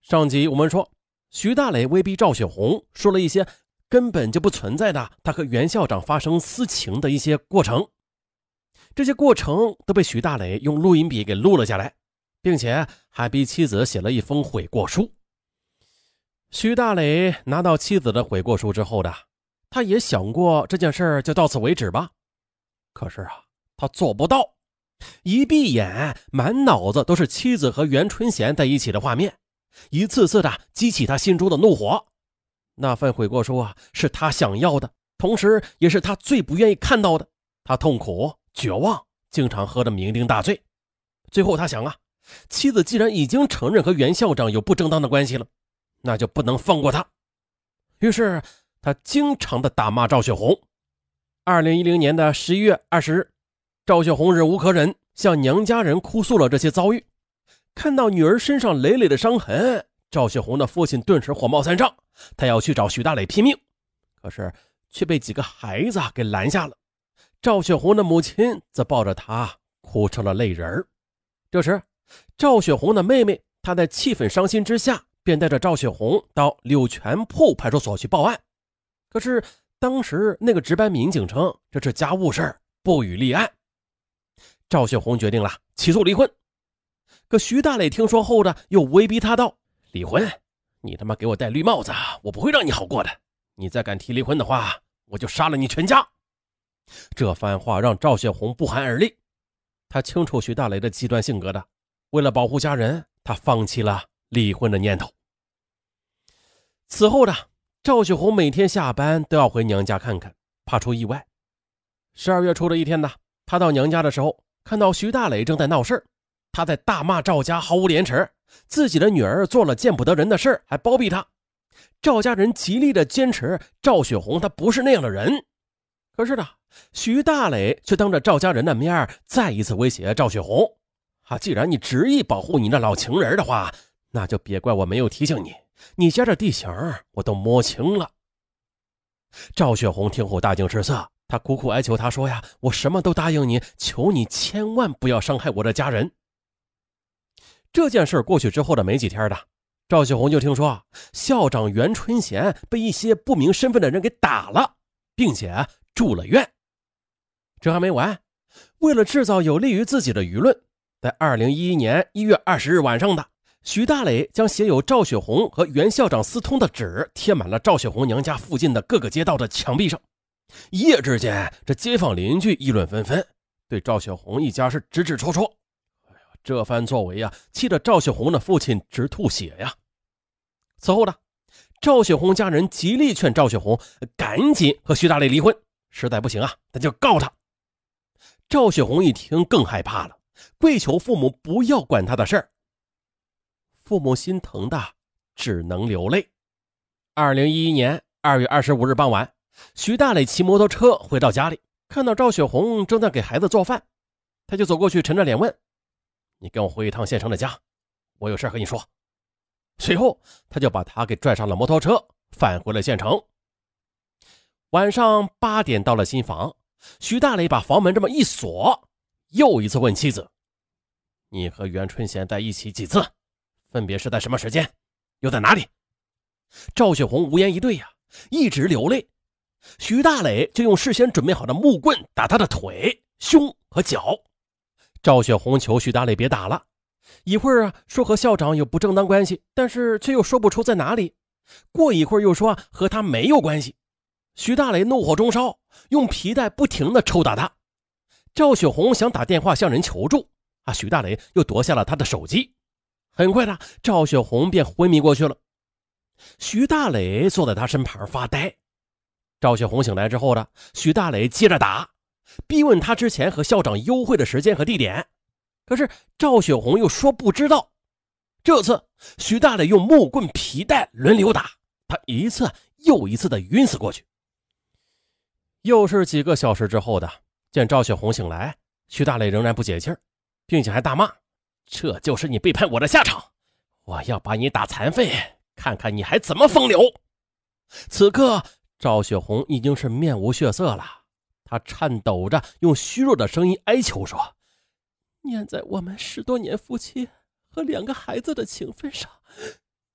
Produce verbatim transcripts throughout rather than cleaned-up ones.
上集我们说，徐大磊威逼赵雪红说了一些根本就不存在的他和袁校长发生私情的一些过程，这些过程都被徐大磊用录音笔给录了下来，并且还逼妻子写了一封悔过书。徐大磊拿到妻子的悔过书之后的，他也想过这件事就到此为止吧，可是啊，他做不到。一闭眼，满脑子都是妻子和袁春贤在一起的画面，一次次的激起他心中的怒火。那份悔过书啊，是他想要的，同时也是他最不愿意看到的。他痛苦、绝望，经常喝得酩酊大醉。最后他想啊，妻子既然已经承认和袁校长有不正当的关系了，那就不能放过他。于是他经常的打骂赵雪红。二零一零年的十一月二十日，赵雪红忍无可忍，向娘家人哭诉了这些遭遇。看到女儿身上累累的伤痕，赵雪红的父亲顿时火冒三丈，他要去找徐大磊拼命，可是却被几个孩子给拦下了。赵雪红的母亲则抱着他哭成了泪人。这时赵雪红的妹妹，她在气愤伤心之下，便带着赵雪红到柳泉铺派出所去报案。可是当时那个值班民警称这是家务事，不予立案。赵雪红决定了起诉离婚。可徐大磊听说后的又威逼他道：离婚？你他妈给我戴绿帽子，我不会让你好过的。你再敢提离婚的话，我就杀了你全家。这番话让赵雪红不寒而栗。他清楚徐大磊的极端性格的，为了保护家人，他放弃了离婚的念头。此后的赵雪红每天下班都要回娘家看看，怕出意外。十二月初的一天呢，他到娘家的时候，看到徐大磊正在闹事，他在大骂赵家毫无廉耻，自己的女儿做了见不得人的事，还包庇他。赵家人极力的坚持赵雪红她不是那样的人。可是呢，徐大磊却当着赵家人的面再一次威胁赵雪红啊，既然你执意保护你那老情人的话，那就别怪我没有提醒你，你家这地形我都摸清了。赵雪红听后大惊失色，她苦苦哀求他说呀，我什么都答应你，求你千万不要伤害我的家人。这件事过去之后的没几天的，赵雪红就听说校长袁春贤被一些不明身份的人给打了，并且住了院。这还没完，为了制造有利于自己的舆论，在二零一一年一月二十日晚上的，徐大磊将写有赵雪红和袁校长私通的纸贴满了赵雪红娘家附近的各个街道的墙壁上。一夜之间，这街坊邻居议论纷纷，对赵雪红一家是指指戳戳。哎呀，这番作为啊，气得赵雪红的父亲直吐血呀。此后呢，赵雪红家人极力劝赵雪红赶紧和徐大磊离婚，实在不行啊，他就告他。赵雪红一听更害怕了，跪求父母不要管他的事儿。父母心疼的只能流泪。二零一一年二月二十五日傍晚，徐大磊骑摩托车回到家里，看到赵雪红正在给孩子做饭，他就走过去沉着脸问：你跟我回一趟县城的家，我有事和你说。随后他就把他给拽上了摩托车，返回了县城。晚上八点到了新房，徐大磊把房门这么一锁，又一次问妻子：你和袁春贤在一起几次？分别是在什么时间？又在哪里？赵雪红无言以对呀、啊，一直流泪。徐大磊就用事先准备好的木棍打他的腿、胸和脚。赵雪红求徐大磊别打了，一会儿啊说和校长有不正当关系，但是却又说不出在哪里。过一会儿又说和他没有关系。徐大磊怒火中烧，用皮带不停地抽打他。赵雪红想打电话向人求助啊，徐大磊又夺下了他的手机。很快的，赵雪红便昏迷过去了。徐大磊坐在他身旁发呆。赵雪红醒来之后的，徐大磊接着打，逼问他之前和校长幽会的时间和地点。可是赵雪红又说不知道。这次徐大磊用木棍、皮带轮流打，他一次又一次的晕死过去。又是几个小时之后的，见赵雪红醒来，徐大磊仍然不解气儿，并且还大骂：这就是你背叛我的下场，我要把你打残废，看看你还怎么风流。此刻赵雪红已经是面无血色了，她颤抖着用虚弱的声音哀求说：念在我们十多年夫妻和两个孩子的情分上，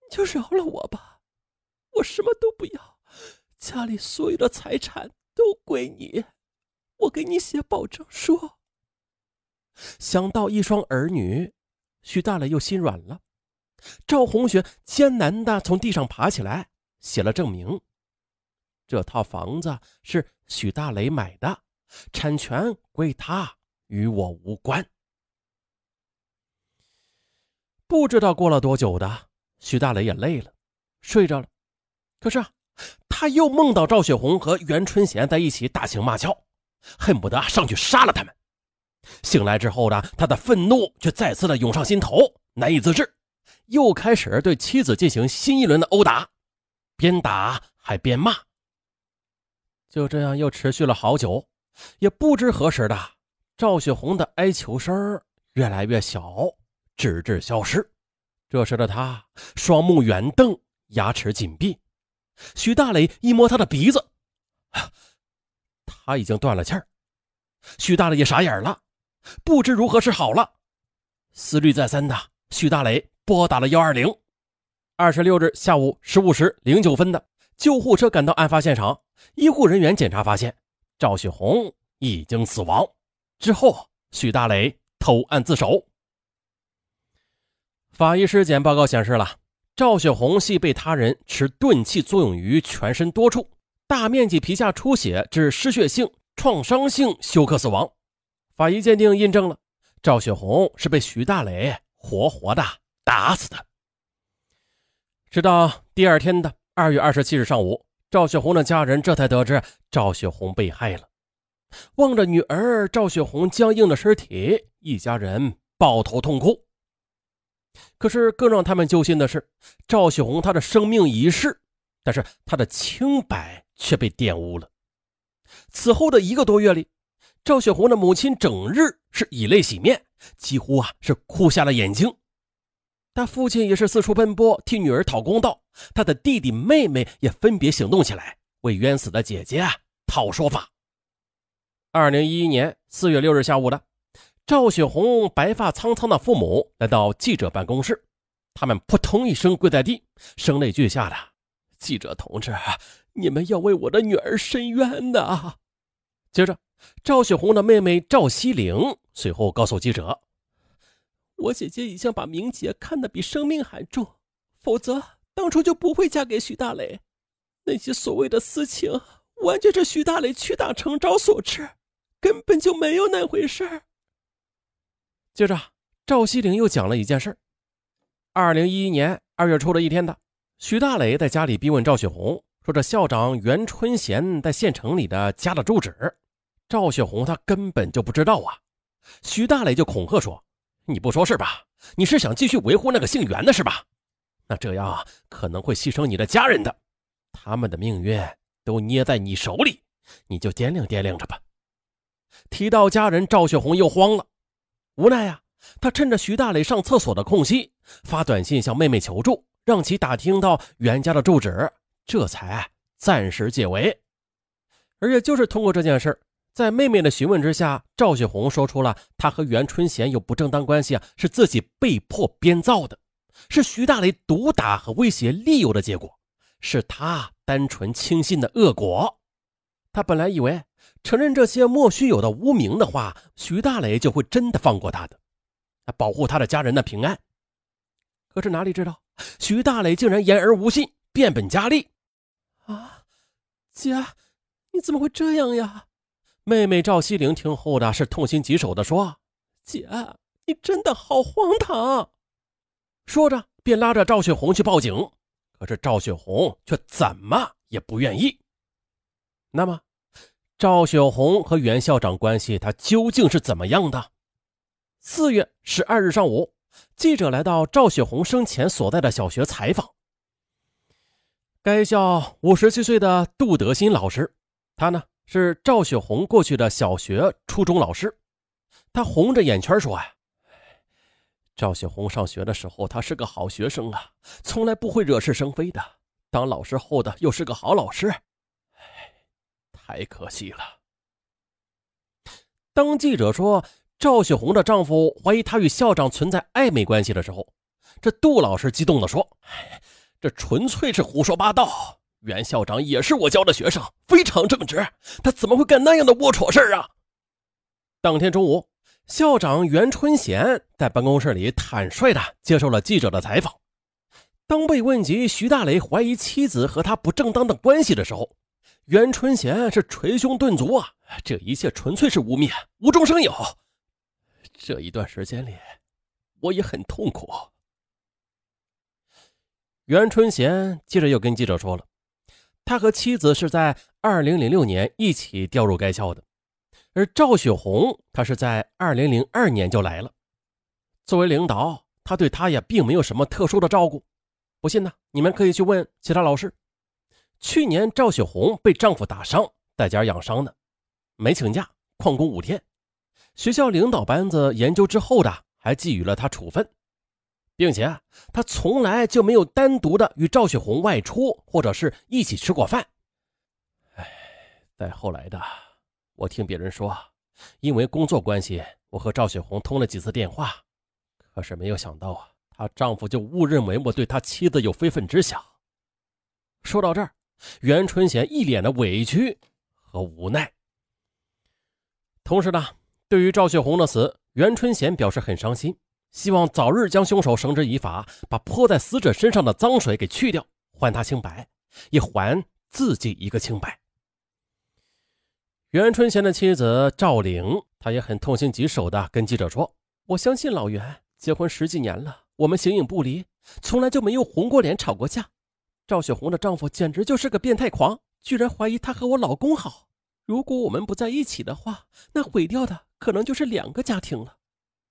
就饶了我吧，我什么都不要，家里所有的财产都归你，我给你写保证书。想到一双儿女，许大磊又心软了。赵红雪艰难地从地上爬起来，写了证明。这套房子是许大磊买的，产权归他，与我无关。不知道过了多久的，许大磊也累了，睡着了。可是啊，他又梦到赵雪红和袁春贤在一起打情骂俏，恨不得上去杀了他们。醒来之后呢，他的愤怒却再次的涌上心头，难以自制，又开始对妻子进行新一轮的殴打，边打还边骂。就这样又持续了好久，也不知何时的，赵雪红的哀求声越来越小，直至消失。这时的他双目圆瞪，牙齿紧闭。许大磊一摸他的鼻子，他已经断了气儿。许大磊也傻眼了，不知如何是好了。思虑再三的许大磊拨打了一二零。二十六日下午十五时零九分的，救护车赶到案发现场，医护人员检查发现赵雪红已经死亡。之后许大磊投案自首。法医尸检报告显示了，赵雪红系被他人持钝器作用于全身多处，大面积皮下出血致失血性创伤性休克死亡。法医鉴定印证了赵雪红是被许大磊活活的打死的。直到第二天的二月二十七日上午，赵雪红的家人这才得知赵雪红被害了。望着女儿赵雪红僵硬的尸体，一家人抱头痛哭。可是更让他们揪心的是，赵雪红她的生命已逝，但是她的清白却被玷污了。此后的一个多月里，赵雪红的母亲整日是以泪洗面，几乎啊是哭瞎了眼睛。他父亲也是四处奔波替女儿讨公道，他的弟弟妹妹也分别行动起来，为冤死的姐姐啊讨说法。二零一一年四月六日下午的，赵雪红白发苍苍的父母来到记者办公室，他们扑通一声跪在地，声泪俱下的：记者同志，你们要为我的女儿伸冤呐！接着赵雪红的妹妹赵西玲随后告诉记者，我姐姐已经把名节看得比生命还重，否则当初就不会嫁给许大磊。那些所谓的私情完全是许大磊屈打成招所致，根本就没有那回事。接着赵西玲又讲了一件事。二零一一年二月初的一天的，许大磊在家里逼问赵雪红，说这校长袁春贤在县城里的家的住址。赵雪红她根本就不知道啊。许大磊就恐吓说，你不说是吧？你是想继续维护那个姓袁的是吧？那这样可能会牺牲你的家人的，他们的命运都捏在你手里，你就掂量掂量着吧。提到家人，赵雪红又慌了，无奈啊，她趁着徐大磊上厕所的空隙，发短信向妹妹求助，让其打听到袁家的住址，这才暂时解围。而也就是通过这件事，在妹妹的询问之下，赵雪红说出了她和袁春贤有不正当关系啊，是自己被迫编造的，是徐大磊毒打和威胁利诱的结果，是他单纯轻信的恶果。他本来以为承认这些莫须有的污名的话，徐大磊就会真的放过他的，保护他的家人的平安。可是哪里知道，徐大磊竟然言而无信，变本加厉。啊，姐，你怎么会这样呀？妹妹赵西玲听后的是痛心疾首的说，姐，你真的好荒唐。说着便拉着赵雪红去报警，可是赵雪红却怎么也不愿意。那么赵雪红和袁校长关系他究竟是怎么样的？四月十二日上午，记者来到赵雪红生前所在的小学采访。该校五十七岁的杜德新老师，他呢是赵雪红过去的小学初中老师。他红着眼圈说呀，赵雪红上学的时候她是个好学生啊，从来不会惹是生非的，当老师后的又是个好老师，太可惜了。当记者说赵雪红的丈夫怀疑她与校长存在暧昧关系的时候，这杜老师激动地说， 这纯粹是胡说八道。袁校长也是我教的学生，非常正直，他怎么会干那样的龌龊事啊？当天中午，校长袁春贤在办公室里坦率地接受了记者的采访。当被问及徐大磊怀疑妻子和他不正当的关系的时候，袁春贤是捶胸顿足啊，这一切纯粹是污蔑，无中生有。这一段时间里，我也很痛苦。袁春贤接着又跟记者说了，他和妻子是在二零零六年一起调入该校的，而赵雪红他是在二零零二年就来了。作为领导，他对他也并没有什么特殊的照顾。不信呢，你们可以去问其他老师。去年赵雪红被丈夫打伤，在家养伤呢，没请假，旷工五天。学校领导班子研究之后的，还给予了他处分，并且他从来就没有单独的与赵雪红外出，或者是一起吃过饭。哎，再后来的，我听别人说，因为工作关系，我和赵雪红通了几次电话，可是没有想到啊，她丈夫就误认为我对他妻子有非分之想。说到这儿，袁春贤一脸的委屈和无奈。同时呢，对于赵雪红的死，袁春贤表示很伤心，希望早日将凶手绳之以法，把泼在死者身上的脏水给去掉，还他清白，也还自己一个清白。袁春贤的妻子赵玲，她也很痛心疾首的跟记者说，我相信老袁，结婚十几年了，我们形影不离，从来就没有红过脸吵过架。赵雪红的丈夫简直就是个变态狂，居然怀疑她和我老公好。如果我们不在一起的话，那毁掉的可能就是两个家庭了。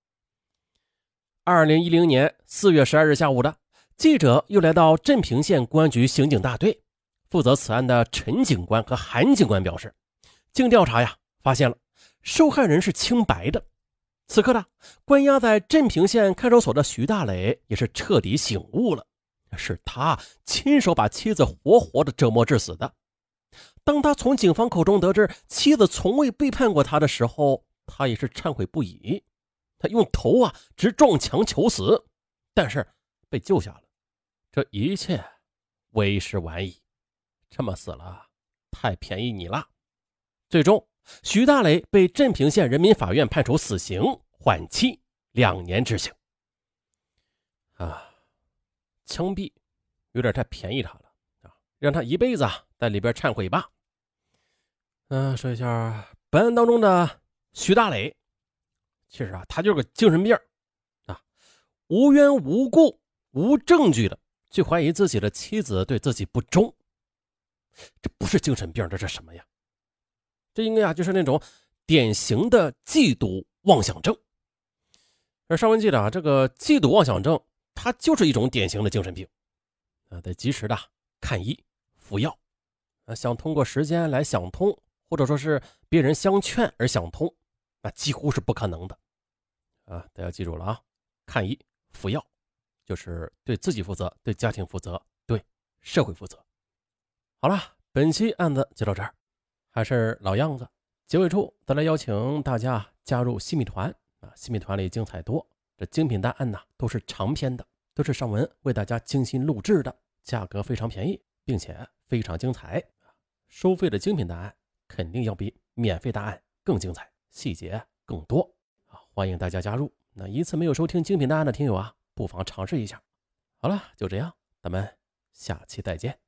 二零一零年四月十二日下午的，记者又来到镇平县公安局刑警大队，负责此案的陈警官和韩警官表示，经调查呀，发现了受害人是清白的。此刻的关押在镇平县看守所的徐大磊也是彻底醒悟了，是他亲手把妻子活活的折磨致死的。当他从警方口中得知妻子从未背叛过他的时候，他也是忏悔不已。他用头啊直撞墙求死，但是被救下了。这一切为时晚矣，这么死了太便宜你了。最终徐大磊被镇平县人民法院判处死刑，缓期两年执行。啊，枪毙有点太便宜他了啊，让他一辈子啊在里边忏悔吧。嗯、呃，说一下本案当中的徐大磊，其实啊，他就是个精神病啊，无缘无故、无证据的去怀疑自己的妻子对自己不忠，这不是精神病，这是什么呀？这应该啊就是那种典型的嫉妒妄想症。而上文记得啊，这个嫉妒妄想症，它就是一种典型的精神病啊，得及时的看医服药啊，想通过时间来想通，或者说是别人相劝而想通，那几乎是不可能的啊！大家记住了啊，看医服药，就是对自己负责，对家庭负责，对社会负责。好了，本期案子就到这儿，还是老样子，结尾处再来邀请大家加入新米团啊！新米团里精彩多，这精品大案呢都是长篇的，都是上文为大家精心录制的，价格非常便宜，并且非常精彩。收费的精品大案肯定要比免费大案更精彩，细节更多啊！欢迎大家加入。那一次没有收听精品大案的听友啊，不妨尝试一下。好了，就这样，咱们下期再见。